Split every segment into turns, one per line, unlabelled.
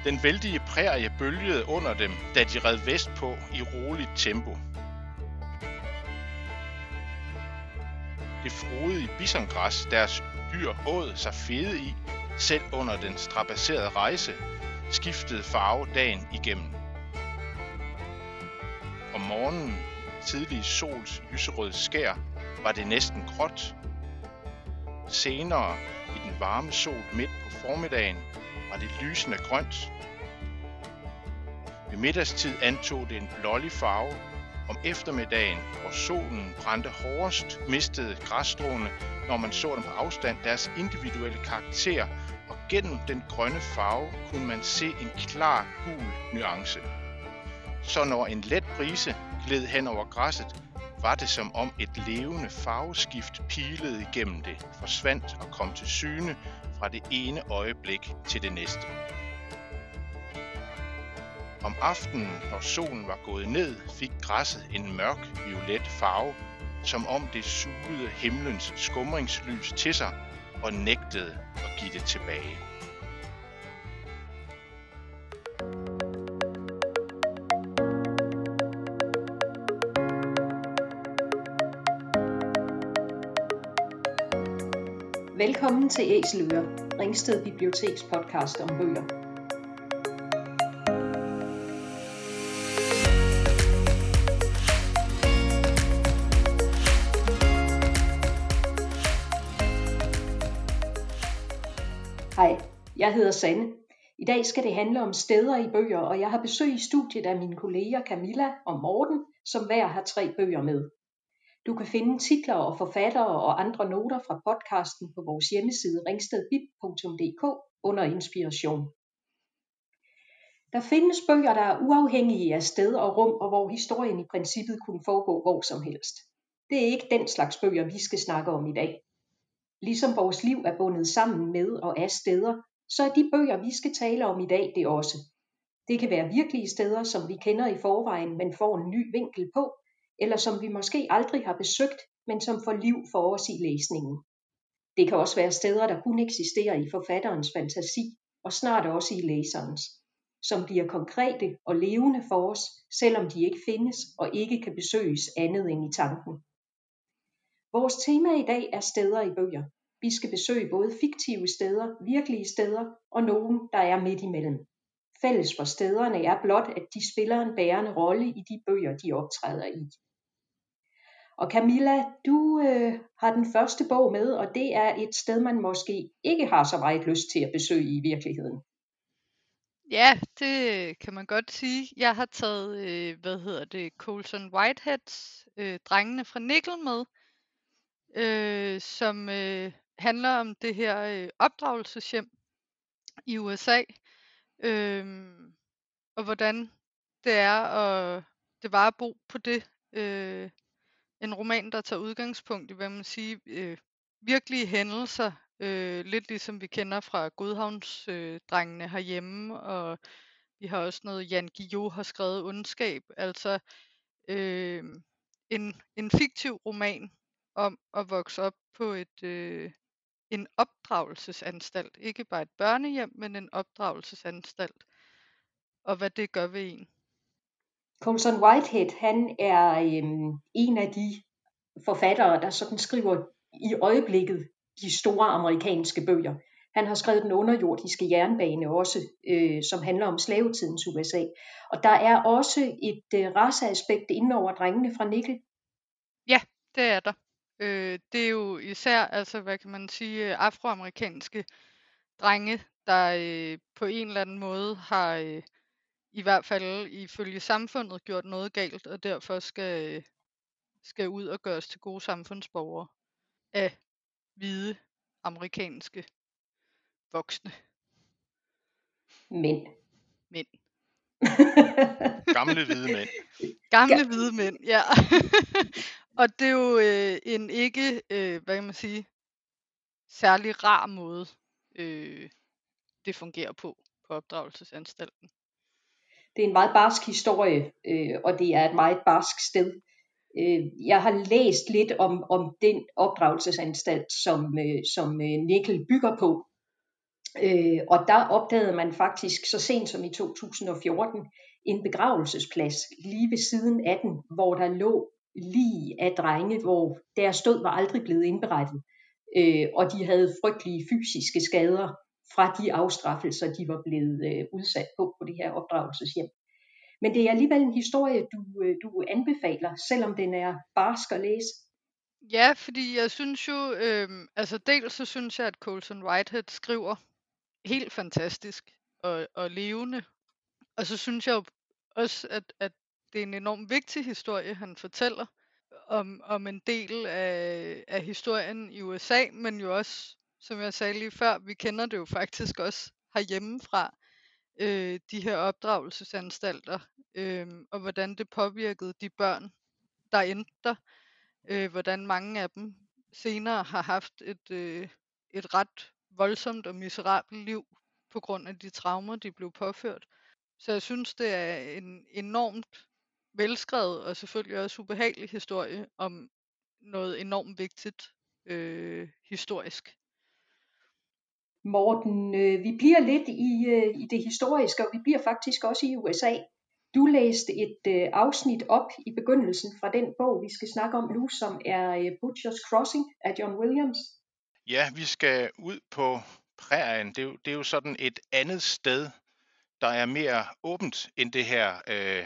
Den vældige prærie bølgede under dem, da de red vestpå i roligt tempo. Det frodige bisongræs, deres dyr åd sig fede i, selv under den strabasserede rejse, skiftede farve dagen igennem. Om morgenen, tidlig sols lyserøde skær, var det næsten gråt. Senere, i den varme sol midt på formiddagen, var det lysende grønt. Ved middagstid antog det en blålig farve. Om eftermiddagen, hvor solen brændte hårdest, mistede græsstråene, når man så dem på afstand, deres individuelle karakter, og gennem den grønne farve kunne man se en klar gul nuance. Så når en let brise gled hen over græsset, var det som om et levende farveskift pilede igennem det, forsvandt og kom til syne fra det ene øjeblik til det næste. Om aftenen, når solen var gået ned, fik græsset en mørk violet farve, som om det sugede himlens skumringslys til sig og nægtede at give det tilbage.
Velkommen til Æseløer, Ringsted Biblioteks podcast om bøger. Hej, jeg hedder Sanne. I dag skal det handle om steder i bøger, og jeg har besøg i studiet af mine kolleger Camilla og Morten, som hver har 3 bøger med. Du kan finde titler og forfattere og andre noter fra podcasten på vores hjemmeside ringstedbib.dk under inspiration. Der findes bøger, der er uafhængige af sted og rum, og hvor historien i princippet kunne foregå hvor som helst. Det er ikke den slags bøger, vi skal snakke om i dag. Ligesom vores liv er bundet sammen med og af steder, så er de bøger, vi skal tale om i dag, det også. Det kan være virkelige steder, som vi kender i forvejen, men får en ny vinkel på, eller som vi måske aldrig har besøgt, men som får liv for os i læsningen. Det kan også være steder, der kun eksisterer i forfatterens fantasi, og snart også i læserens, som bliver konkrete og levende for os, selvom de ikke findes og ikke kan besøges andet end i tanken. Vores tema i dag er steder i bøger. Vi skal besøge både fiktive steder, virkelige steder og nogle, der er midt imellem. Fælles for stederne er blot, at de spiller en bærende rolle i de bøger, de optræder i. Og Camilla, du har den første bog med, og det er et sted, man måske ikke har så meget lyst til at besøge i virkeligheden.
Ja, det kan man godt sige. Jeg har taget, Colson Whiteheads Drengene fra Nickel med, som handler om det her opdragelseshjem i USA, og hvordan det var at bo på det. En roman, der tager udgangspunkt i, hvad man siger, virkelige hændelser, lidt ligesom vi kender fra Godhavnsdrengene herhjemme, og vi har også noget, Jan Guillou har skrevet, Ondskab, altså en fiktiv roman om at vokse op på en opdragelsesanstalt, ikke bare et børnehjem, men en opdragelsesanstalt, og hvad det gør ved en.
Colson Whitehead, han er en af de forfattere, der sådan skriver i øjeblikket de store amerikanske bøger. Han har skrevet Den underjordiske jernbane også, som handler om slavetidens USA. Og der er også et raceaspekt inde over Drengene fra Nickel.
Ja, det er der. Det er jo især, altså hvad kan man sige, afroamerikanske drenge, der på en eller anden måde har i hvert fald ifølge samfundet gjort noget galt, og derfor skal ud og gøres til gode samfundsborgere af hvide amerikanske voksne.
Mænd.
Gamle hvide mænd.
Gamle hvide mænd, ja. Og det er jo en ikke, hvad kan man sige, særlig rar måde, det fungerer på opdragelsesanstalten.
Det er en meget barsk historie, og det er et meget barsk sted. Jeg har læst lidt om den opdragelsesanstalt, som Nickel bygger på. Og der opdagede man faktisk så sent som i 2014 en begravelsesplads lige ved siden af den, hvor der lå lig af drenge, hvor deres død var aldrig blevet indberettet. Og de havde frygtelige fysiske skader fra de afstraffelser, de var blevet udsat på det her opdragelseshjem. Men det er alligevel en historie, du anbefaler, selvom den er barsk at læse.
Ja, fordi jeg synes jo, dels så synes jeg, at Colson Whitehead skriver helt fantastisk og levende. Og så synes jeg jo også, at det er en enormt vigtig historie, han fortæller om en del af historien i USA, men jo også, som jeg sagde lige før, vi kender det jo faktisk også herhjemmefra, de her opdragelsesanstalter, og hvordan det påvirkede de børn, der endte der, hvordan mange af dem senere har haft et ret voldsomt og miserabelt liv på grund af de traumer, de blev påført. Så jeg synes, det er en enormt velskrevet og selvfølgelig også ubehagelig historie om noget enormt vigtigt historisk.
Morten, vi bliver lidt i det historiske, og vi bliver faktisk også i USA. Du læste et afsnit op i begyndelsen fra den bog, vi skal snakke om nu, som er Butcher's Crossing af John Williams.
Ja, vi skal ud på prærien. Det er jo sådan et andet sted, der er mere åbent end det her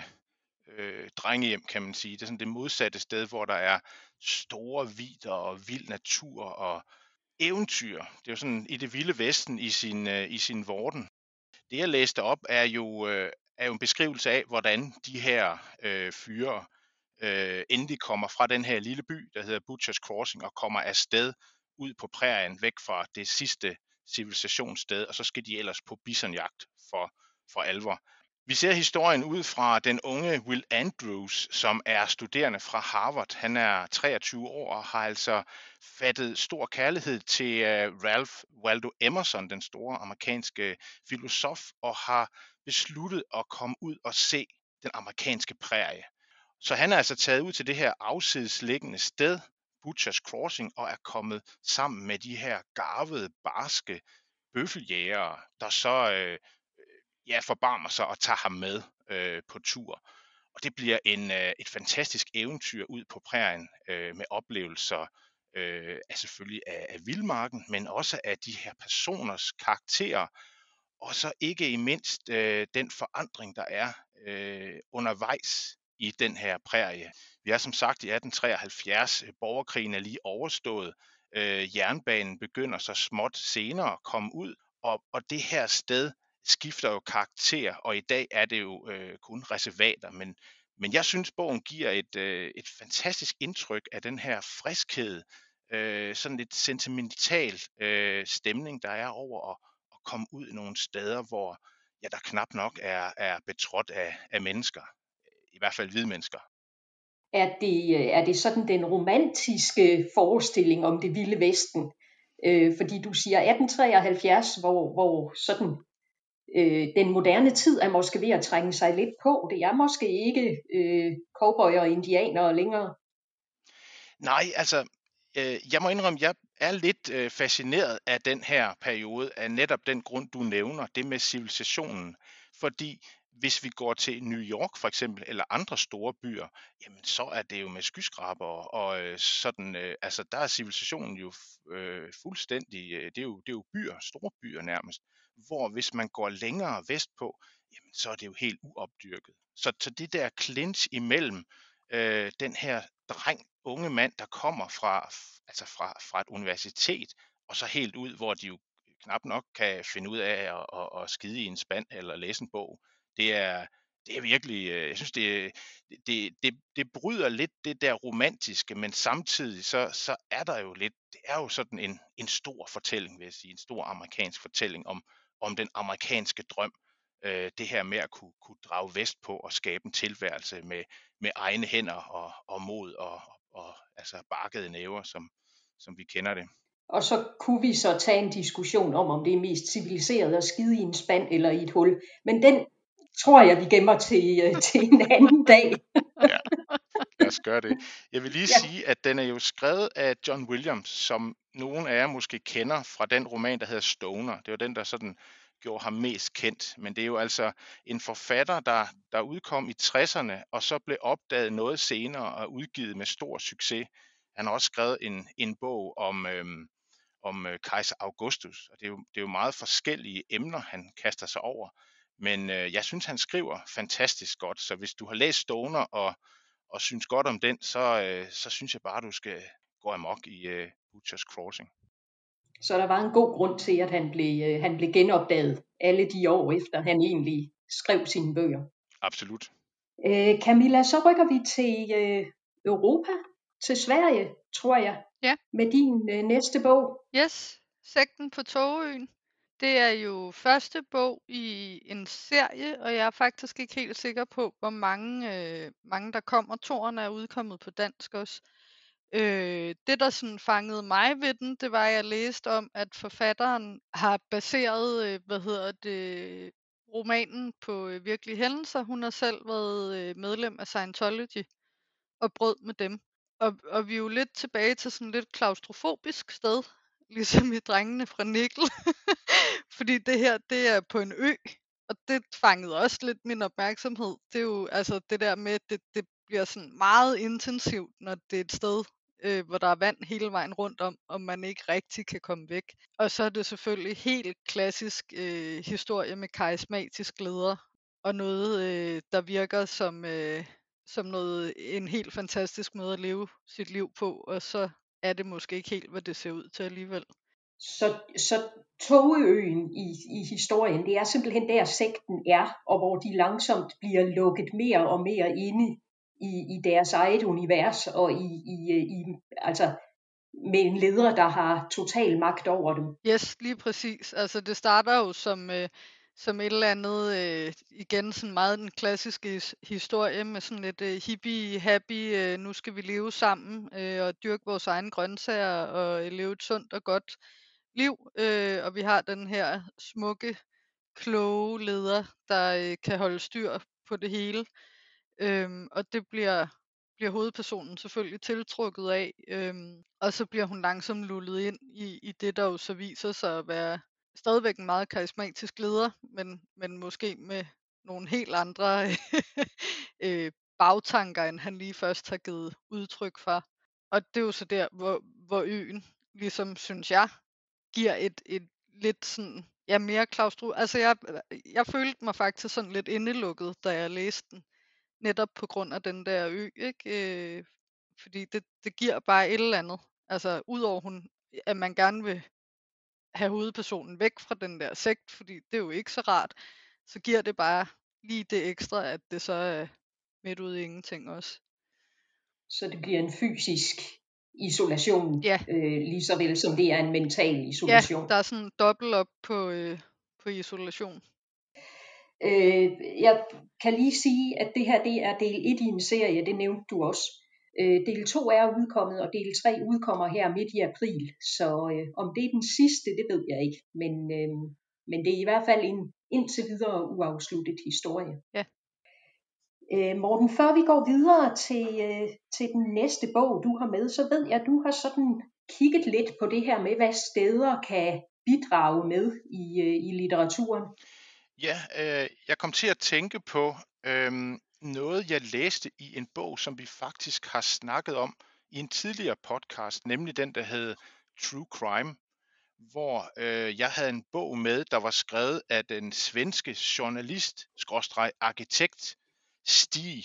drengehjem, kan man sige. Det er sådan det modsatte sted, hvor der er store vidder og vild natur og eventyr. Det er jo sådan i det vilde vesten i sin vorden. Det jeg læste op er jo en beskrivelse af, hvordan de her fyre endelig kommer fra den her lille by, der hedder Butcher's Crossing, og kommer afsted ud på prærien, væk fra det sidste civilisationssted, og så skal de ellers på bisonjagt for alvor. Vi ser historien ud fra den unge Will Andrews, som er studerende fra Harvard. Han er 23 år og har altså fattet stor kærlighed til Ralph Waldo Emerson, den store amerikanske filosof, og har besluttet at komme ud og se den amerikanske prærie. Så han er altså taget ud til det her afsidesliggende sted, Butcher's Crossing, og er kommet sammen med de her garvede, barske bøffeljægere, der så forbarmer sig og tager ham med på tur. Og det bliver et fantastisk eventyr ud på prærien med oplevelser selvfølgelig af vildmarken, men også af de her personers karakterer, og så ikke mindst den forandring, der er undervejs i den her prærie. Vi er som sagt i 1873, borgerkrigen er lige overstået, jernbanen begynder så småt senere at komme ud, og det her sted skifter jo karakter, og i dag er det jo kun reservater, men jeg synes, bogen giver et fantastisk indtryk af den her friskhed, sådan lidt sentimental stemning, der er over at komme ud i nogle steder, hvor der knap nok er betrådt af mennesker, i hvert fald hvide mennesker.
Er det sådan den romantiske forestilling om det vilde vesten? Fordi du siger 1873, hvor sådan den moderne tid er måske ved at trænge sig lidt på. Det er måske ikke cowboyer og indianere længere.
Nej, altså, jeg må indrømme, jeg er lidt fascineret af den her periode, af netop den grund, du nævner, det med civilisationen. Fordi hvis vi går til New York for eksempel, eller andre store byer, jamen så er det jo med skyskraber, og sådan, altså der er civilisationen jo fuldstændig, det er jo byer, store byer nærmest, hvor hvis man går længere vestpå, jamen så er det jo helt uopdyrket. Så det der clinch imellem den her unge mand, der kommer fra et universitet, og så helt ud, hvor de jo knap nok kan finde ud af at skide i en spand eller læse en bog. Det er virkelig, jeg synes, det bryder lidt det der romantiske, men samtidig så er der jo lidt, det er jo sådan en stor fortælling, vil jeg sige, en stor amerikansk fortælling om den amerikanske drøm. Det her med at kunne drage vestpå og skabe en tilværelse med egne hænder og mod og altså bakkede næver, som vi kender det.
Og så kunne vi så tage en diskussion om det er mest civiliseret at skide i en spand eller i et hul. Men den tror jeg, vi gemmer til en anden dag.
Ja. os gøre det. Jeg vil lige
Ja,
sige, at den er jo skrevet af John Williams, som nogle af jer måske kender fra den roman, der hedder Stoner. Det var den, der sådan gjorde ham mest kendt. Men det er jo altså en forfatter, der udkom i 60'erne, og så blev opdaget noget senere og udgivet med stor succes. Han har også skrevet en bog om kejser Augustus, og det er jo meget forskellige emner, han kaster sig over. Men jeg synes, han skriver fantastisk godt, så hvis du har læst Stoner og synes godt om den, så synes jeg bare, du skal gå amok i Butcher's Crossing.
så der var en god grund til, at han blev genopdaget alle de år efter, han egentlig skrev sine bøger.
Absolut.
Camilla, så rykker vi til Europa, til Sverige, tror jeg,
Ja.
med din næste bog.
Yes, Sekten på Tågeøen. Det er jo første bog i en serie, og jeg er faktisk ikke helt sikker på, hvor mange der kommer. Toren er udkommet på dansk også. Det, der sådan fangede mig ved den, det var, at jeg læste om, at forfatteren har baseret, romanen på virkelige hændelser. Hun har selv været medlem af Scientology og brød med dem. Og vi er jo lidt tilbage til sådan lidt klaustrofobisk sted, ligesom i Drengene fra Nikkel. Fordi det her, det er på en ø, og det fangede også lidt min opmærksomhed. Det er jo altså det der med, at det bliver sådan meget intensivt, når det er et sted, hvor der er vand hele vejen rundt om, og man ikke rigtig kan komme væk. Og så er det selvfølgelig helt klassisk historie med karismatisk leder, og noget, der virker som en helt fantastisk måde at leve sit liv på, og så er det måske ikke helt, hvad det ser ud til alligevel.
Så Tågeøen i historien, det er simpelthen der sekten er, og hvor de langsomt bliver lukket mere og mere inde i deres eget univers, og altså med en leder, der har total magt over dem.
Yes, lige præcis. Altså det starter jo som et eller andet, igen sådan meget den klassiske historie med sådan lidt hippie-happy, nu skal vi leve sammen og dyrke vores egne grøntsager og leve et sundt og godt liv. Og vi har den her smukke, kloge leder, der kan holde styr på det hele. Og det bliver hovedpersonen selvfølgelig tiltrukket af. Og så bliver hun langsomt lullet ind i det, der jo så viser sig at være stadigvæk en meget karismatisk leder, men måske med nogle helt andre bagtanker, end han lige først har givet udtryk for. Og det er jo så der, hvor øen, ligesom synes jeg, giver et lidt sådan, ja, mere altså jeg følte mig faktisk sådan lidt indelukket, da jeg læste den. Netop på grund af den der ø, ikke? Fordi det giver bare et eller andet. Altså udover at man gerne vil have hovedpersonen væk fra den der sekt, fordi det er jo ikke så rart, så giver det bare lige det ekstra, at det så er midt ude i ingenting også.
Så det bliver en fysisk isolation,
Ja.
lige så vel som det er en mental isolation.
Ja, der er sådan dobbelt op på isolation.
Jeg kan lige sige, at det her det er del 1 i en serie, det nævnte du også. Del 2 er udkommet, og del 3 udkommer her midt i april. Så om det er den sidste, det ved jeg ikke. Men det er i hvert fald en indtil videre uafsluttet historie.
Ja.
Morten, før vi går videre til den næste bog, du har med, så ved jeg, at du har sådan kigget lidt på det her med, hvad steder kan bidrage med i litteraturen.
Ja, jeg kom til at tænke på noget, jeg læste i en bog, som vi faktisk har snakket om i en tidligere podcast, nemlig den, der hed True Crime, hvor jeg havde en bog med, der var skrevet af den svenske journalist, arkitekt, Stig.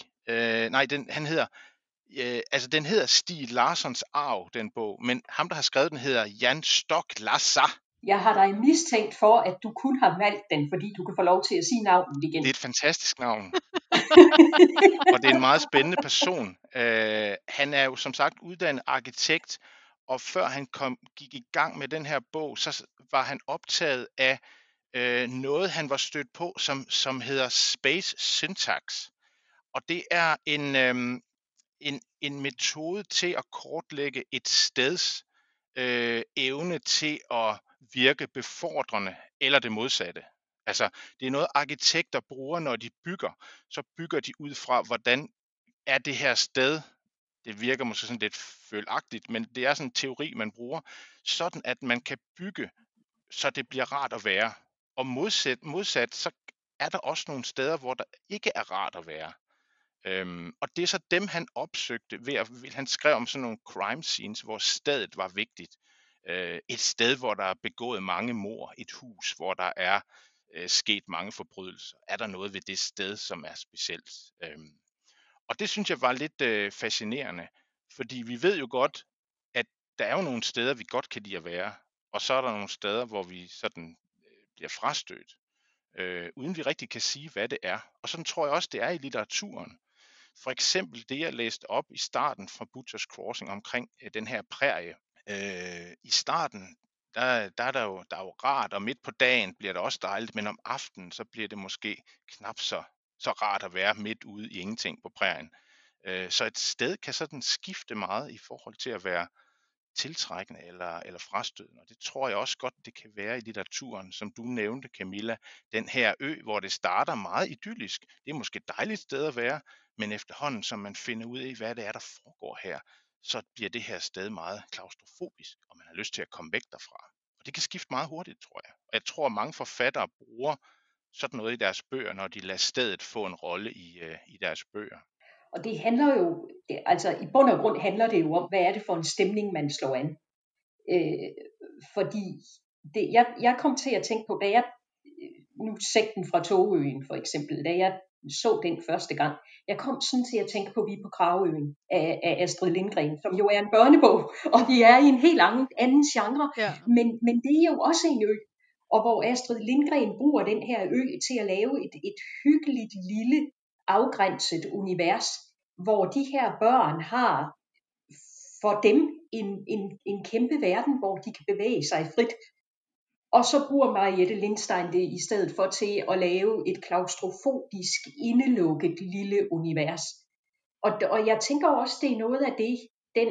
Den hedder Stig Larssons Arv, den bog, men ham, der har skrevet den, hedder Jan Stock Larsson.
Jeg har dig mistænkt for, at du kun har valgt den, fordi du kan få lov til at sige navnet igen.
Det er et fantastisk navn. Og det er en meget spændende person. Han er jo som sagt uddannet arkitekt, og før han gik i gang med den her bog, så var han optaget af noget, han var stødt på, som hedder Space Syntax. Og det er en metode til at kortlægge et steds evne til at virke befordrende, eller det modsatte. Altså, det er noget arkitekter bruger, når de bygger. Så bygger de ud fra, hvordan er det her sted det virker måske sådan lidt følagtigt, men det er sådan en teori, man bruger, sådan at man kan bygge, så det bliver rart at være. Og modsat så er der også nogle steder, hvor der ikke er rart at være. Og det er så dem, han opsøgte ved at han skrev om sådan nogle crime scenes, hvor stedet var vigtigt. Et sted, hvor der er begået mange mord, et hus, hvor der er sket mange forbrydelser. Er der noget ved det sted, som er specielt? Og det synes jeg var lidt fascinerende, fordi vi ved jo godt, at der er jo nogle steder, vi godt kan lide at være, og så er der nogle steder, hvor vi sådan bliver frastødt, uden vi rigtig kan sige, hvad det er. Og sådan tror jeg også, det er i litteraturen. For eksempel det, jeg læste op i starten fra Butcher's Crossing omkring den her prærie. I starten, der er der jo rart, og midt på dagen bliver det også dejligt, men om aftenen, så bliver det måske knap så rart at være midt ude i ingenting på prærien. Så et sted kan sådan skifte meget i forhold til at være tiltrækkende eller frastødende. Og det tror jeg også godt, det kan være i litteraturen, som du nævnte, Camilla. Den her ø, hvor det starter meget idyllisk. Det er måske et dejligt sted at være, men efterhånden, som man finder ud af, hvad det er, der foregår her, så bliver det her sted meget klaustrofobisk, og man har lyst til at komme væk derfra. Og det kan skifte meget hurtigt, tror jeg. Og jeg tror, at mange forfattere bruger sådan noget i deres bøger, når de lader stedet få en rolle i deres bøger.
Og det handler jo, altså i bund og grund handler det jo om, hvad er det for en stemning, man slår an. Fordi jeg kom til at tænke på, da jeg, nu Sekten fra Tågeøen for eksempel, da jeg så den første gang, jeg kom sådan til at tænke på Vi på Krageøen af Astrid Lindgren, som jo er en børnebog, og vi er i en helt anden genre, ja. men det er jo også en ø, og hvor Astrid Lindgren bruger den her ø til at lave et hyggeligt lille afgrænset univers, hvor de her børn har for dem en kæmpe verden, hvor de kan bevæge sig frit. Og så bruger Mariette Lindstein det i stedet for til at lave et klaustrofobisk, indelukket lille univers. Og jeg tænker også, det er noget af det, den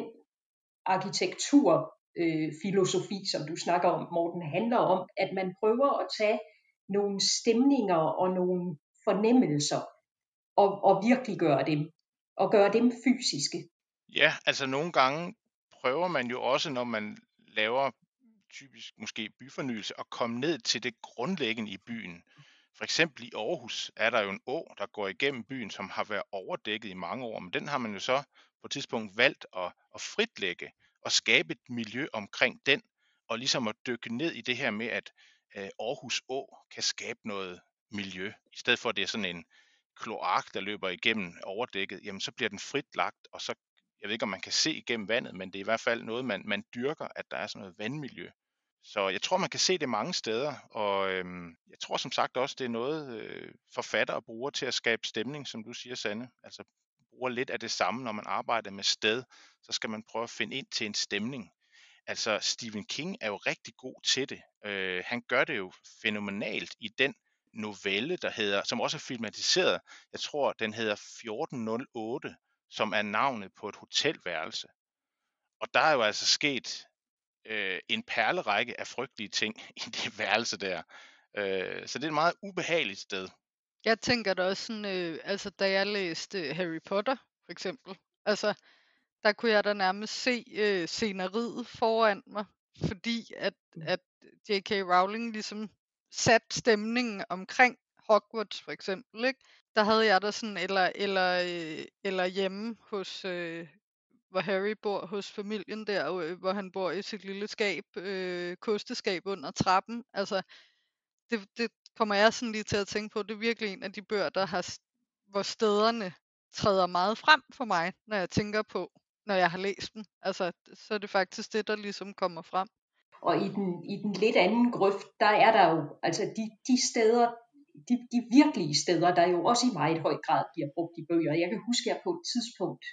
arkitekturfilosofi, som du snakker om, Morten, handler om, at man prøver at tage nogle stemninger og nogle fornemmelser og virkelig gøre dem, og gøre dem fysiske.
Ja, altså nogle gange prøver man jo også, når man laver typisk måske byfornyelse, at komme ned til det grundlæggende i byen. For eksempel i Aarhus er der jo en å, der går igennem byen, som har været overdækket i mange år, men den har man jo så på et tidspunkt valgt at fritlægge og skabe et miljø omkring den, og ligesom at dykke ned i det her med, at Aarhus Å kan skabe noget miljø. I stedet for at det er sådan en kloak, der løber igennem overdækket, jamen så bliver den frit lagt, og så, jeg ved ikke om man kan se igennem vandet, men det er i hvert fald noget, man dyrker, at der er sådan noget vandmiljø. Så jeg tror, man kan se det mange steder, og jeg tror som sagt også, det er noget forfattere bruger til at skabe stemning, som du siger, Sanne. Altså bruger lidt af det samme, når man arbejder med sted, så skal man prøve at finde ind til en stemning. Altså Stephen King er jo rigtig god til det. Han gør det jo fænomenalt i den novelle, der hedder, som også er filmatiseret. Jeg tror, den hedder 1408, som er navnet på et hotelværelse. Og der er jo altså sket en perlerække af frygtelige ting i det værelse der. Så det er et meget ubehageligt sted.
Jeg tænker da også sådan, altså da jeg læste Harry Potter for eksempel, altså der kunne jeg da nærmest se sceneriet foran mig, fordi at J.K. Rowling ligesom satte stemningen omkring Hogwarts for eksempel, ikke? Der havde jeg da sådan, eller hjemme hos, hvor Harry bor hos familien der, hvor han bor i sit lille skab, kosteskab under trappen. Altså, det kommer jeg sådan lige til at tænke på. Det er virkelig en af de bøger, hvor stederne træder meget frem for mig, når jeg tænker på, når jeg har læst dem. Altså, så er det faktisk det, der ligesom kommer frem.
Og i den lidt anden grøft, der er der jo, altså de steder, de virkelige steder, der jo også i meget høj grad bliver brugt i bøger. Jeg kan huske, at jeg på et tidspunkt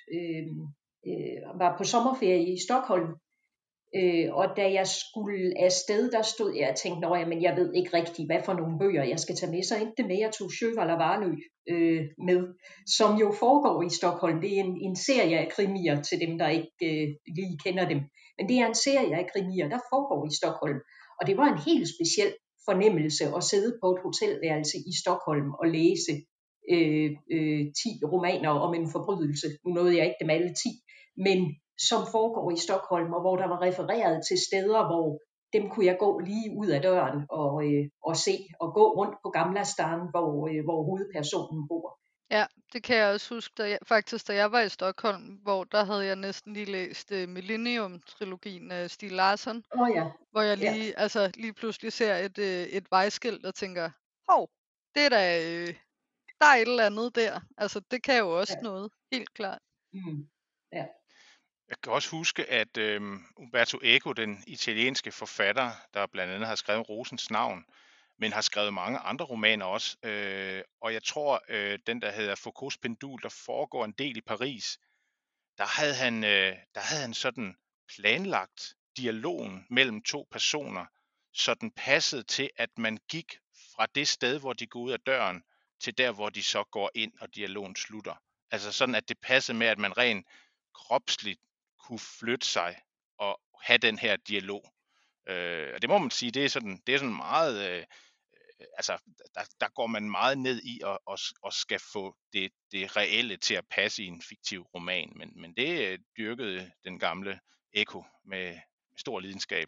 var på sommerferie i Stockholm, og da jeg skulle afsted, der stod jeg og tænkte, men jeg ved ikke rigtigt, hvad for nogle bøger jeg skal tage med. Så endte det med, at jeg tog Sjöwall og Wahlöö med, som jo foregår i Stockholm. Det er en serie af krimier til dem, der ikke lige kender dem. Men det er en serie af krimier, der foregår i Stockholm. Og det var en helt speciel fornemmelse at sidde på et hotelværelse i Stockholm og læse 10 romaner om en forbrydelse. Nu nåede jeg ikke dem alle 10. men som foregår i Stockholm, og hvor der var refereret til steder, hvor dem kunne jeg gå lige ud af døren og se, og gå rundt på Gamla stan, hvor hovedpersonen bor.
Ja, det kan jeg også huske, da jeg var i Stockholm, hvor der havde jeg næsten lige læst Millennium-trilogien af Stieg Larsson,
Ja.
hvor jeg
Ja.
lige pludselig ser et vejskilt og tænker, hov, det er da, der er et eller andet der. Altså, det kan jo også noget, helt klart.
Ja.
Jeg kan også huske, at Umberto Eco, den italienske forfatter, der blandt andet har skrevet Rosens navn, men har skrevet mange andre romaner også. Og jeg tror, den der hedder Foucaults pendul, der foregår en del i Paris, der havde han sådan planlagt dialogen mellem to personer, så den passede til, at man gik fra det sted, hvor de går ud af døren, til der, hvor de så går ind, og dialogen slutter. Altså sådan, at det passede med, at man rent kropsligt kunne flytte sig og have den her dialog. Og det må man sige, det er sådan meget, altså der går man meget ned i og skal få det reelle til at passe i en fiktiv roman, men det dyrkede den gamle Eco med stor lidenskab.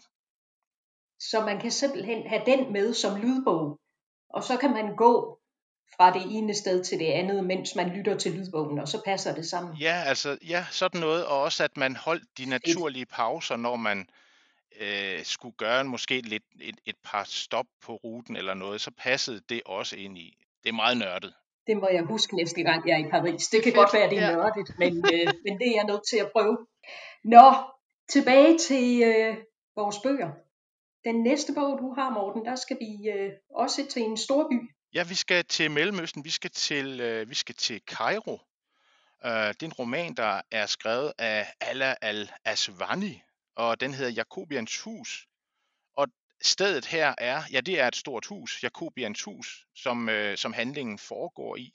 Så man kan simpelthen have den med som lydbog, og så kan man gå fra det ene sted til det andet, mens man lytter til lydbogen, og så passer det sammen.
Ja, sådan noget, og også at man holdt de naturlige pauser, når man skulle gøre måske et par stop på ruten eller noget, så passede det også ind i. Det er meget nørdet.
Det må jeg huske næste gang, jeg er i Paris. Det kan godt være, det er nørdet, men det er jeg nødt til at prøve. Nå, tilbage til vores bøger. Den næste bog, du har, Morten, der skal vi også til en storby.
Ja, vi skal til Mellemøsten. Vi skal til Kairo. Det er en roman, der er skrevet af Ala al-Aswani, og den hedder Jacobians hus. Og stedet her det er et stort hus, Jacobians hus, som handlingen foregår i.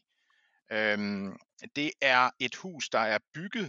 Det er et hus, der er bygget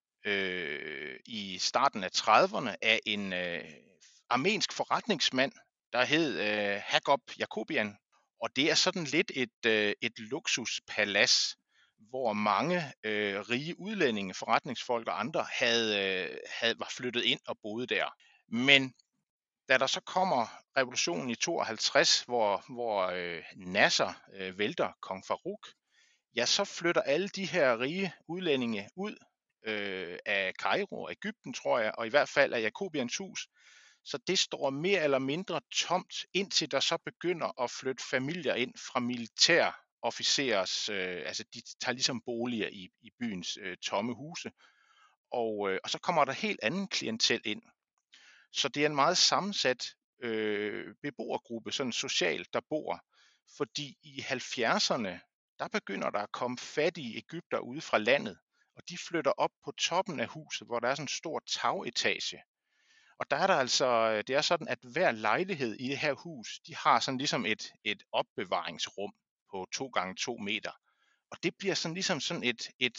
i starten af 30'erne af en armensk forretningsmand, der hed Hagob Jacobian. Og det er sådan lidt et luksuspalads, hvor mange rige udlændinge, forretningsfolk og andre var flyttet ind og boede der. Men da der så kommer revolutionen i 52, hvor Nasser vælter kong Farouk, ja, så flytter alle de her rige udlændinge ud af Kairo, Egypten, tror jeg, og i hvert fald af Jacobians hus. Så det står mere eller mindre tomt, indtil der så begynder at flytte familier ind fra militærofficerers, altså de tager ligesom boliger i byens tomme huse. Og så kommer der helt anden klientel ind. Så det er en meget sammensat beboergruppe, sådan socialt, der bor. Fordi i 70'erne, der begynder der at komme fattige egypter ude fra landet, og de flytter op på toppen af huset, hvor der er sådan en stor tagetage. Og der er der altså, det er sådan, at hver lejlighed i det her hus, de har sådan ligesom et opbevaringsrum på 2x2 meter. Og det bliver sådan ligesom sådan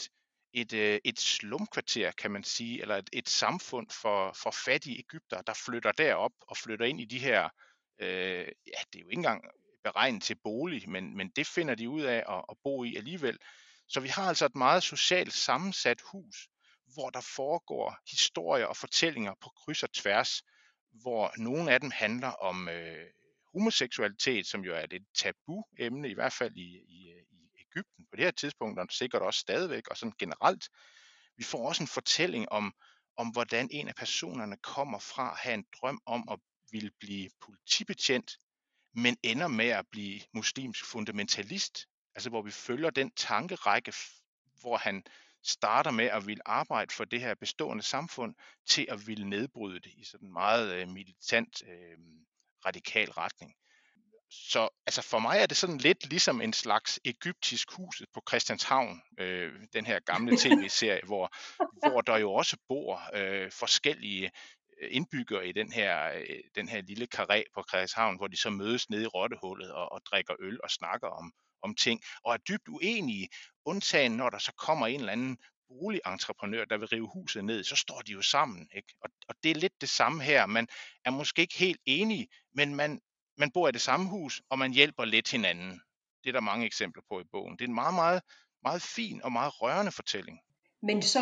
et slumkvarter, kan man sige, eller et samfund for fattige egyptere, der flytter derop og flytter ind i de her, det er jo ikke engang beregnet til bolig, men det finder de ud af at bo i alligevel. Så vi har altså et meget socialt sammensat hus, hvor der foregår historier og fortællinger på kryds og tværs, hvor nogle af dem handler om homoseksualitet, som jo er et tabu-emne, i hvert fald i Egypten på det her tidspunkt, og sikkert også stadigvæk, og sådan generelt. Vi får også en fortælling om hvordan en af personerne kommer fra at have en drøm om at ville blive politibetjent, men ender med at blive muslimsk fundamentalist, altså hvor vi følger den tankerække, hvor han starter med at ville arbejde for det her bestående samfund, til at ville nedbryde det i sådan en meget militant, radikal retning. Så altså for mig er det sådan lidt ligesom en slags egyptisk Huset på Christianshavn, den her gamle tv-serie, hvor der jo også bor forskellige indbyggere i den her lille karré på Christianshavn, hvor de så mødes nede i rottehullet og drikker øl og snakker om ting, og er dybt uenige, undtagen når der så kommer en eller anden boligentreprenør, der vil rive huset ned, så står de jo sammen, ikke? Og det er lidt det samme her. Man er måske ikke helt enige, men man bor i det samme hus, og man hjælper lidt hinanden. Det er der mange eksempler på i bogen. Det er en meget, meget, meget fin og meget rørende fortælling.
Men så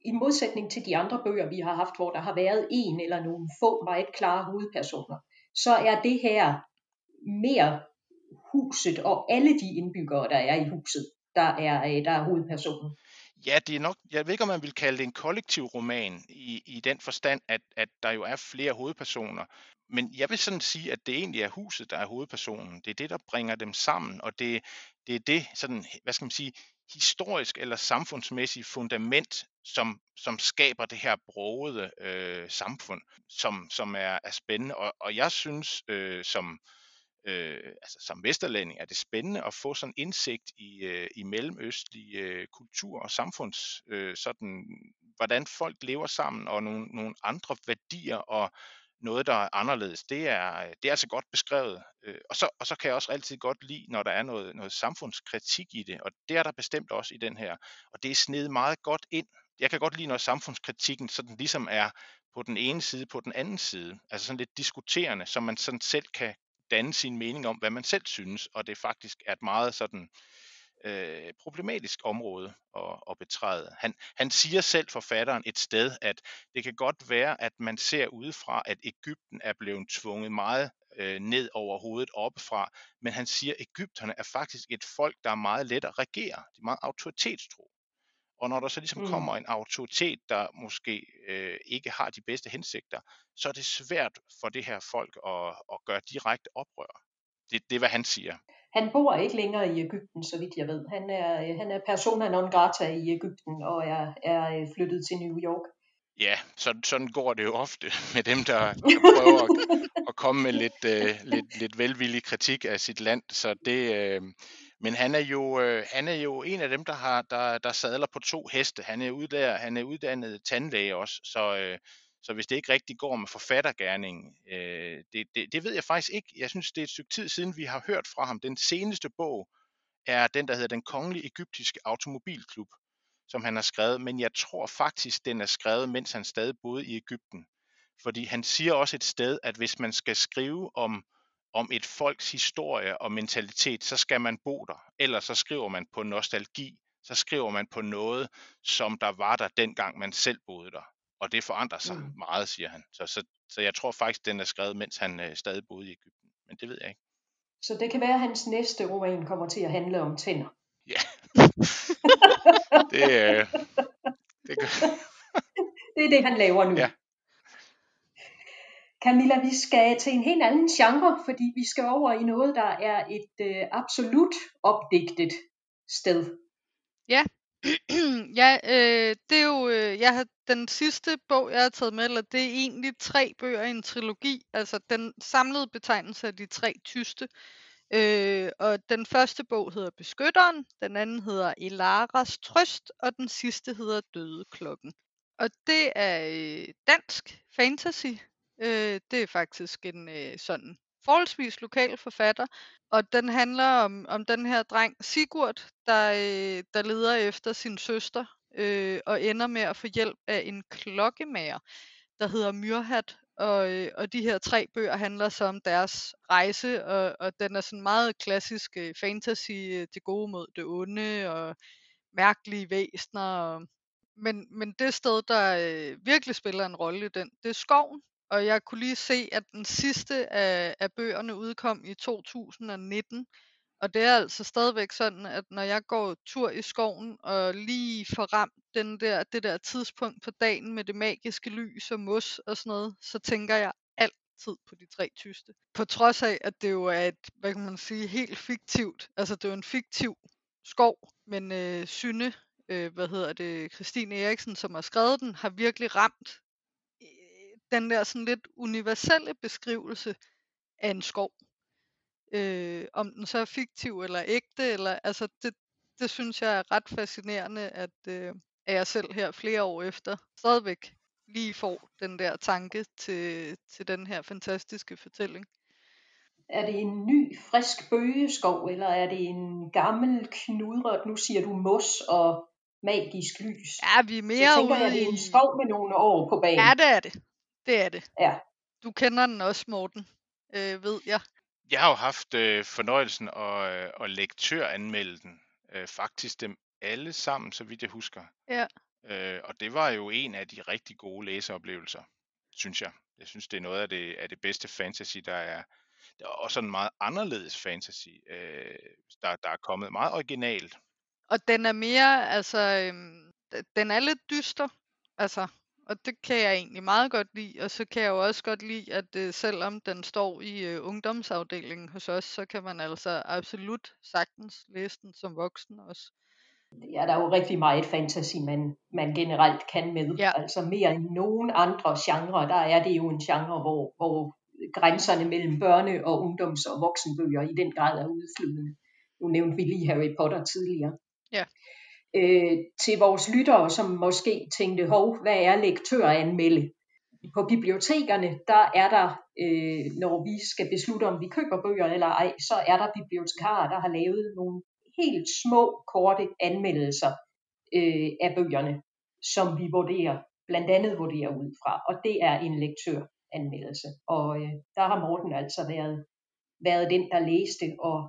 i modsætning til de andre bøger, vi har haft, hvor der har været en eller nogle få meget klare hovedpersoner, så er det her mere huset og alle de indbyggere, der er i huset, der er hovedpersonen.
Ja, det er nok, jeg ved ikke, om man vil kalde det en kollektiv roman i den forstand, at der jo er flere hovedpersoner. Men jeg vil sådan sige, at det egentlig er huset, der er hovedpersonen. Det er det, der bringer dem sammen, og det er det sådan, hvad skal man sige, historisk eller samfundsmæssige fundament, som skaber det her brogede samfund, som er spændende. Og jeg synes, som vesterlænding er det spændende at få sådan indsigt i mellemøstlig kultur og samfunds, sådan hvordan folk lever sammen og nogle andre værdier og noget, der er anderledes. Det er altså godt beskrevet. Og så kan jeg også altid godt lide, når der er noget samfundskritik i det, og det er der bestemt også i den her. Og det er snedet meget godt ind. Jeg kan godt lide, når samfundskritikken sådan ligesom er på den ene side, på den anden side. Altså sådan lidt diskuterende, så man sådan selv kan danne sin mening om, hvad man selv synes, og det faktisk er et meget sådan problematisk område at betræde. Han siger selv, forfatteren, et sted, at det kan godt være, at man ser udefra, at Egypten er blevet tvunget meget ned over hovedet oppefra, men han siger, at Egypterne er faktisk et folk, der er meget let at regere. De er meget autoritetstro. Og når der så ligesom kommer en autoritet, der måske ikke har de bedste hensigter, så er det svært for det her folk at gøre direkte oprør. Det er, hvad han siger.
Han bor ikke længere i Egypten, så vidt jeg ved. Han er persona non grata i Egypten og er flyttet til New York.
Ja, sådan går det jo ofte med dem, der prøver at komme med lidt velvillig kritik af sit land. Så det, men han er jo en af dem, der sadler på 2 heste. Han er uddannet tandlæge også, så hvis det ikke rigtig går med forfattergerningen, det ved jeg faktisk ikke. Jeg synes, det er et stykke tid siden, vi har hørt fra ham. Den seneste bog er den, der hedder Den Kongelige Egyptiske Automobilklub, som han har skrevet, men jeg tror faktisk, den er skrevet, mens han stadig boede i Egypten. Fordi han siger også et sted, at hvis man skal skrive om et folks historie og mentalitet, så skal man bo der. Ellers så skriver man på nostalgi, så skriver man på noget, som der var der dengang man selv boede der. Og det forandrer sig meget, siger han. Så jeg tror faktisk, den er skrevet, mens han stadig boede i Egypten. Men det ved jeg ikke.
Så det kan være, at hans næste roman kommer til at handle om tænder.
Ja. det
er det, han laver nu.
Ja.
Camilla, vi skal til en helt anden genre, fordi vi skal over i noget, der er et absolut opdigtet sted.
Ja, ja, det er jo den sidste bog, jeg har taget med, eller det er egentlig 3 bøger i en trilogi, altså den samlede betegnelse af de 3 tyste. Og den første bog hedder Beskytteren, den anden hedder Elaras Trøst, og den sidste hedder Dødeklokken. Og det er dansk fantasy. Det er faktisk en sådan forholdsvis lokal forfatter, og den handler om den her dreng Sigurd, der leder efter sin søster og ender med at få hjælp af en klokkemager, der hedder Myrhat. Og de her 3 bøger handler så om deres rejse, og den er sådan meget klassisk fantasy, det gode mod det onde, og mærkelige væsner. Men det sted, der virkelig spiller en rolle i den, det er skoven. Og jeg kunne lige se, at den sidste af bøgerne udkom i 2019. Og det er altså stadigvæk sådan, at når jeg går tur i skoven og lige får ramt det der tidspunkt på dagen med det magiske lys og mos og sådan noget, så tænker jeg altid på de 3 tyste. På trods af, at det jo er et, hvad kan man sige, helt fiktivt. Altså det er jo en fiktiv skov, men Synne, Christine Eriksen, som har skrevet den, har virkelig ramt den der sådan lidt universelle beskrivelse af en skov. Om den så er fiktiv eller ægte, eller altså det synes jeg er ret fascinerende, at jeg selv her flere år efter stadigvæk lige får den der tanke til den her fantastiske fortælling.
Er det en ny, frisk bøgeskov, eller er det en gammel knudret, nu siger du mos og magisk lys?
Ja, vi er mere
så tænker jeg, det er en skov med nogle år på banen.
Ja, det er det. Det er det.
Ja.
Du kender den også, Morten, ved jeg.
Jeg har jo haft fornøjelsen at lektøranmelde den. Faktisk dem alle sammen, så vidt jeg husker.
Ja.
Og det var jo en af de rigtig gode læseoplevelser, synes jeg. Jeg synes, det er noget af det bedste fantasy, der er. Der er også en meget anderledes fantasy, der er kommet meget originalt.
Og den er mere, altså, den er lidt dyster, altså, og det kan jeg egentlig meget godt lide, og så kan jeg jo også godt lide, at selvom den står i ungdomsafdelingen hos os, så kan man altså absolut sagtens læse den som voksen også.
Ja, der er jo rigtig meget fantasy, man generelt kan med.
Ja.
Altså mere end nogen andre genrer, der er det jo en genre, hvor grænserne mellem børne- og ungdoms- og voksenbøger i den grad er udflydende. Nu nævnte vi lige Harry Potter tidligere.
Ja.
Til vores lyttere, som måske tænkte, hvad er lektøranmelde? På bibliotekerne, der er der, når vi skal beslutte, om vi køber bøger eller ej, så er der bibliotekarer, der har lavet nogle helt små, korte anmeldelser af bøgerne, som vi blandt andet vurderer ud fra. Og det er en lektøranmeldelse. Og der har Morten altså været den, der læste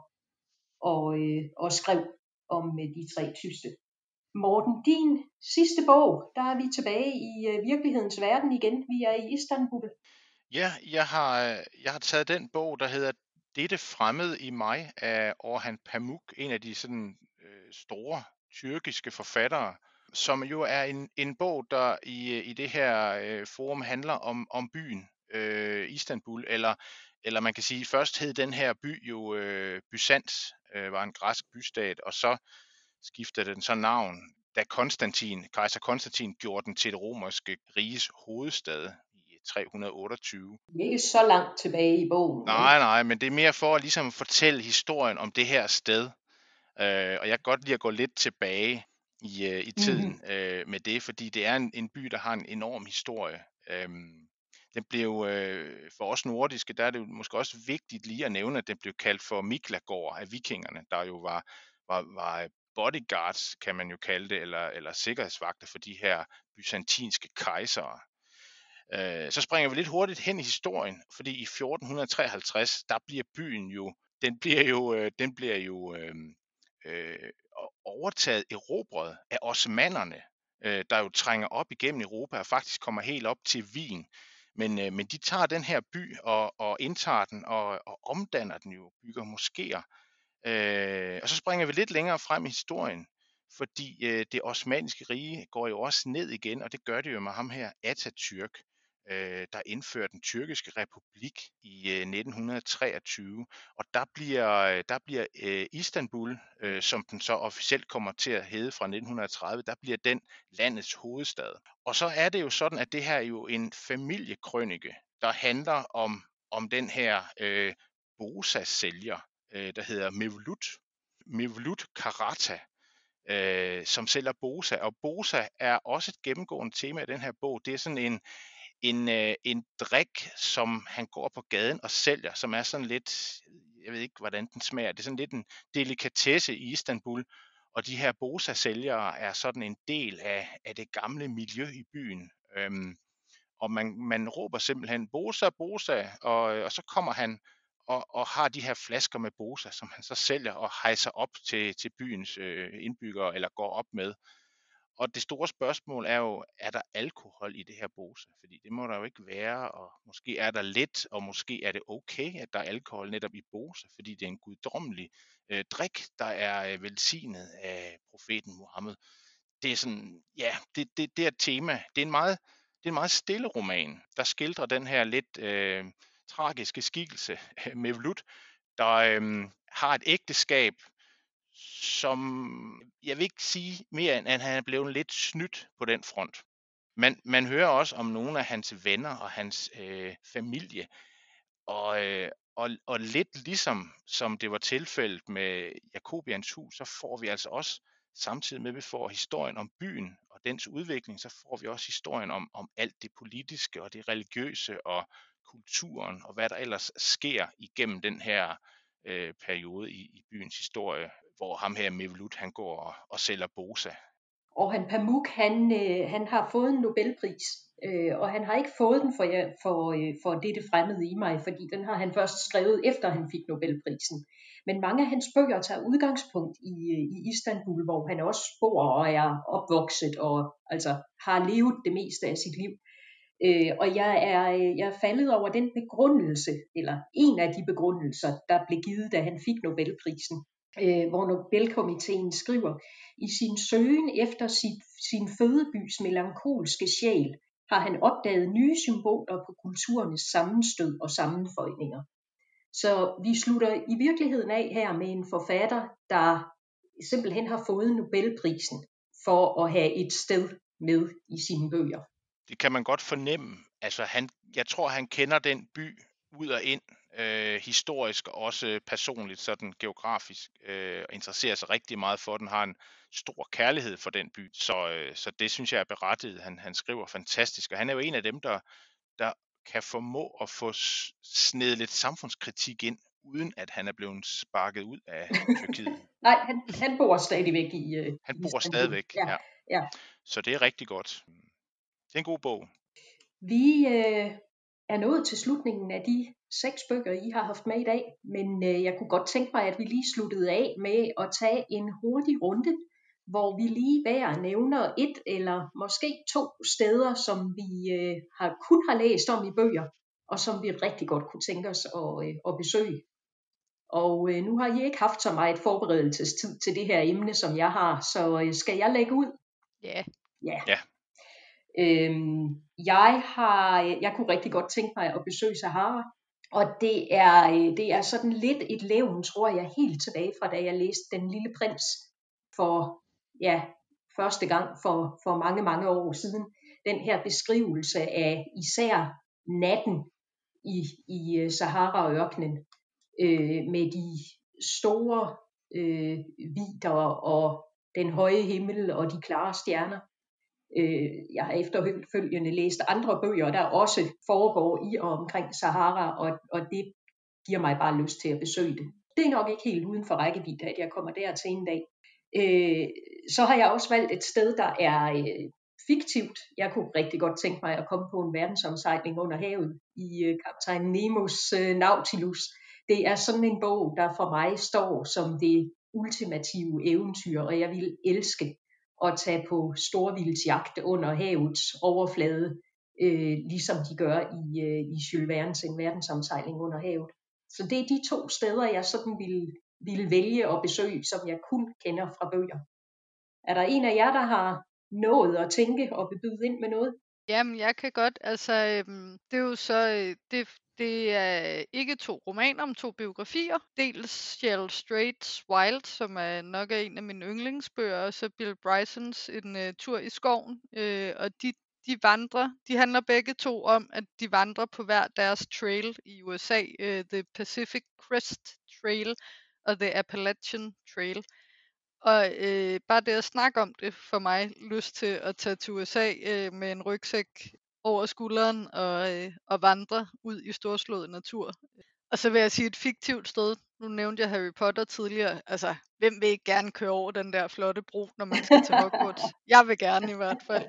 og skrev om de 3 tyste. Morten, din sidste bog, der er vi tilbage i virkelighedens verden igen. Vi er i Istanbul.
Ja, jeg har taget den bog, der hedder Dette fremmede i mig af Orhan Pamuk, en af de sådan store tyrkiske forfattere, som jo er en bog, der i det her forum handler om byen Istanbul, eller man kan sige, først hed den her by jo Byzans, var en græsk bystat, og så skiftede den så navn, da kejser Konstantin gjorde den til det romerske riges hovedstad i 328.
Det er ikke så langt tilbage i bogen.
Nej, men det er mere for at ligesom fortælle historien om det her sted. Og jeg kan godt lide at gå lidt tilbage i tiden med det, fordi det er en by, der har en enorm historie. Den blev for os nordiske, der er det jo måske også vigtigt lige at nævne, at den blev kaldt for Miklagård af vikingerne, der jo var bodyguards, kan man jo kalde det, eller sikkerhedsvagter for de her byzantinske kejsere. Så springer vi lidt hurtigt hen i historien, fordi i 1453, der bliver byen jo, den bliver jo overtaget, erobret af osmannerne, der jo trænger op igennem Europa og faktisk kommer helt op til Wien. Men de tager den her by og indtager den og omdanner den jo, bygger moskéer. Og så springer vi lidt længere frem i historien, fordi det osmanniske rige går jo også ned igen, og det gør det jo med ham her Atatürk, der indførte den tyrkiske republik i 1923, og der bliver Istanbul, som den så officielt kommer til at hedde fra 1930, der bliver den landets hovedstad. Og så er det jo sådan, at det her er jo en familiekrønike, der handler om den her Boza-sælger, der hedder Mevlut Karata, som sælger Boza. Og Boza er også et gennemgående tema i den her bog. Det er sådan en drik, som han går på gaden og sælger, som er sådan lidt, jeg ved ikke hvordan den smager, det er sådan lidt en delikatesse i Istanbul, og de her Boza-sælgere er sådan en del af det gamle miljø i byen. Og man råber simpelthen Boza, Boza, og så kommer han og har de her flasker med Boza, som han så sælger og hejser op til byens indbyggere, eller går op med. Og det store spørgsmål er jo, er der alkohol i det her Boza? Fordi det må der jo ikke være, og måske er der lidt, og måske er det okay, at der er alkohol netop i Boza, fordi det er en guddommelig drik, der er velsignet af profeten Muhammed. Det er sådan, ja, det er et tema. Det er en meget stille roman, der skildrer den her lidt tragiske skikkelse Mevlut, der har et ægteskab, som jeg vil ikke sige mere, end at han er blevet lidt snydt på den front. Man hører også om nogle af hans venner og hans familie, og lidt ligesom som det var tilfældet med Jacobians hus, så får vi altså også, samtidig med at vi får historien om byen og dens udvikling, så får vi også historien om alt det politiske og det religiøse og kulturen og hvad der ellers sker igennem den her periode i byens historie, hvor ham her Mevlut, han går og sælger Boza.
Orhan Pamuk, han har fået en Nobelpris Og han har ikke fået den for dette fremmede i mig, fordi den har han først skrevet efter han fik Nobelprisen. Men mange af hans bøger tager udgangspunkt i Istanbul, hvor han også bor og er opvokset og altså har levet det meste af sit liv. Og jeg er faldet over den begrundelse, eller en af de begrundelser, der blev givet, da han fik Nobelprisen, hvor Nobelkomiteen skriver, i sin søgen efter sin fødebys melankolske sjæl, har han opdaget nye symboler på kulturernes sammenstød og sammenføjninger. Så vi slutter i virkeligheden af her med en forfatter, der simpelthen har fået Nobelprisen for at have et sted med i sine bøger.
Det kan man godt fornemme. Altså jeg tror, han kender den by ud og ind, historisk og også personligt, sådan geografisk, og interesserer sig rigtig meget for den, har en stor kærlighed for den by. Så det synes jeg er berettiget. Han skriver fantastisk, og han er jo en af dem, der kan formå at få snedet lidt samfundskritik ind, uden at han er blevet sparket ud af Tyrkiet.
Nej, han bor stadigvæk i
Han bor stadigvæk,
ja.
Så det er rigtig godt. Det er en god bog.
Vi er nået til slutningen af de 6 bøger, I har haft med i dag, men jeg kunne godt tænke mig, at vi lige sluttede af med at tage en hurtig runde, hvor vi lige hver nævner 1 eller måske 2 steder, som vi kun har læst om i bøger, og som vi rigtig godt kunne tænke os at besøge. Og nu har I ikke haft så meget forberedelsestid til det her emne, som jeg har, så skal jeg lægge ud?
Ja.
Jeg kunne rigtig godt tænke mig at besøge Sahara, og det er sådan lidt et levn, tror jeg, helt tilbage fra da jeg læste Den Lille Prins for første gang for mange, mange år siden. Den her beskrivelse af især natten i Sahara-ørkenen med de store vidder og den høje himmel og de klare stjerner. Jeg har efterfølgende læst andre bøger, der også foregår i og omkring Sahara, og det giver mig bare lyst til at besøge det. Det er nok ikke helt uden for rækkevidde, at jeg kommer der til en dag. Så har jeg også valgt et sted, der er fiktivt. Jeg kunne rigtig godt tænke mig at komme på en verdensomsejling under havet i kaptajn Nemos Nautilus. Det er sådan en bog, der for mig står som det ultimative eventyr, og jeg vil elske at tage på storvildsjagt under havets overflade, ligesom de gør i Jules Verne's En verdensomsejling under havet. Så det er de 2 steder, jeg sådan ville vælge at besøge, som jeg kun kender fra bøger. Er der en af jer, der har nået at tænke og vil byde ind med noget?
Jamen, jeg kan godt. Altså, det er jo så... Det er ikke 2 romaner, men 2 biografier. Dels Cheryl Strayed's Wild, som nok er en af mine yndlingsbøger, og så Bill Brysons En tur i skoven. Og de vandrer. De handler begge 2 om, at de vandrer på hver deres trail i USA. The Pacific Crest Trail og The Appalachian Trail. Og bare det at snakke om det får mig lyst til at tage til USA med en rygsæk over skulderen og vandre ud i storslået natur. Og så vil jeg sige et fiktivt sted. Nu nævnte jeg Harry Potter tidligere. Altså, hvem vil ikke gerne køre over den der flotte bro, når man skal til Hogwarts? Jeg vil gerne i hvert fald.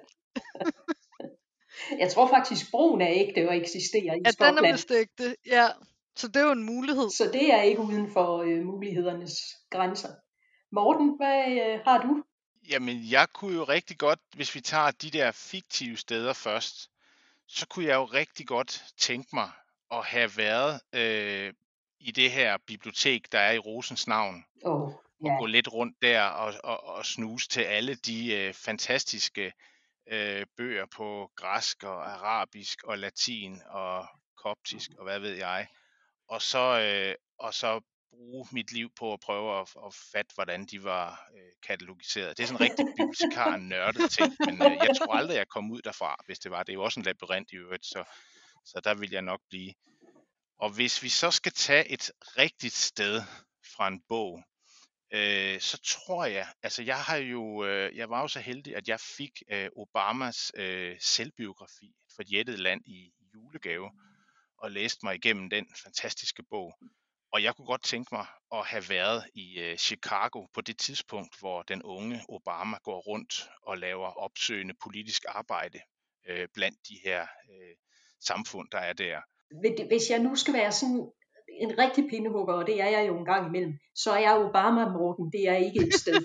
Jeg tror faktisk, broen er ægte og eksisterer i Skotland.
Ja, den er vist ægte, ja. Så det er jo en mulighed.
Så det er ikke uden for mulighedernes grænser. Morten, hvad har du?
Jamen, jeg kunne jo rigtig godt, hvis vi tager de der fiktive steder først, så kunne jeg jo rigtig godt tænke mig at have været i det her bibliotek, der er i Rosens navn. Og gå lidt rundt der og snuse til alle de fantastiske bøger på græsk og arabisk og latin og koptisk og hvad ved jeg. Og så bruge mit liv på at prøve at fatte, hvordan de var katalogiseret. Det er sådan en rigtig bibliotekar-nørdet ting, men jeg tror aldrig, jeg kom ud derfra, hvis det var. Det er jo også en labyrint i øvrigt, så der vil jeg nok blive. Og hvis vi så skal tage et rigtigt sted fra en bog, så tror jeg, altså jeg var jo så heldig, at jeg fik Obamas selvbiografi, Et forjættet land, i julegave, og læste mig igennem den fantastiske bog. Og jeg kunne godt tænke mig at have været i Chicago på det tidspunkt, hvor den unge Obama går rundt og laver opsøgende politisk arbejde blandt de her samfund, der er der.
Hvis jeg nu skal være sådan en rigtig pindehugger, og det er jeg jo en gang imellem, så er jeg Obama, Morten. Det er ikke et sted.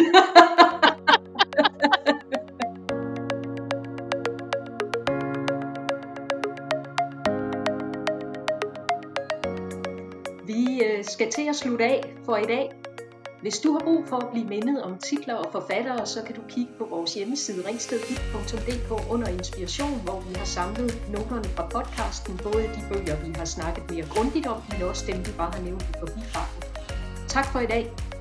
Vi skal til at slutte af for i dag. Hvis du har brug for at blive mindet om titler og forfattere, så kan du kigge på vores hjemmeside ringstedhit.dk under inspiration, hvor vi har samlet noterne fra podcasten, både de bøger, vi har snakket mere grundigt om, men også dem, vi bare har nævnt i forbifarten. Tak for i dag.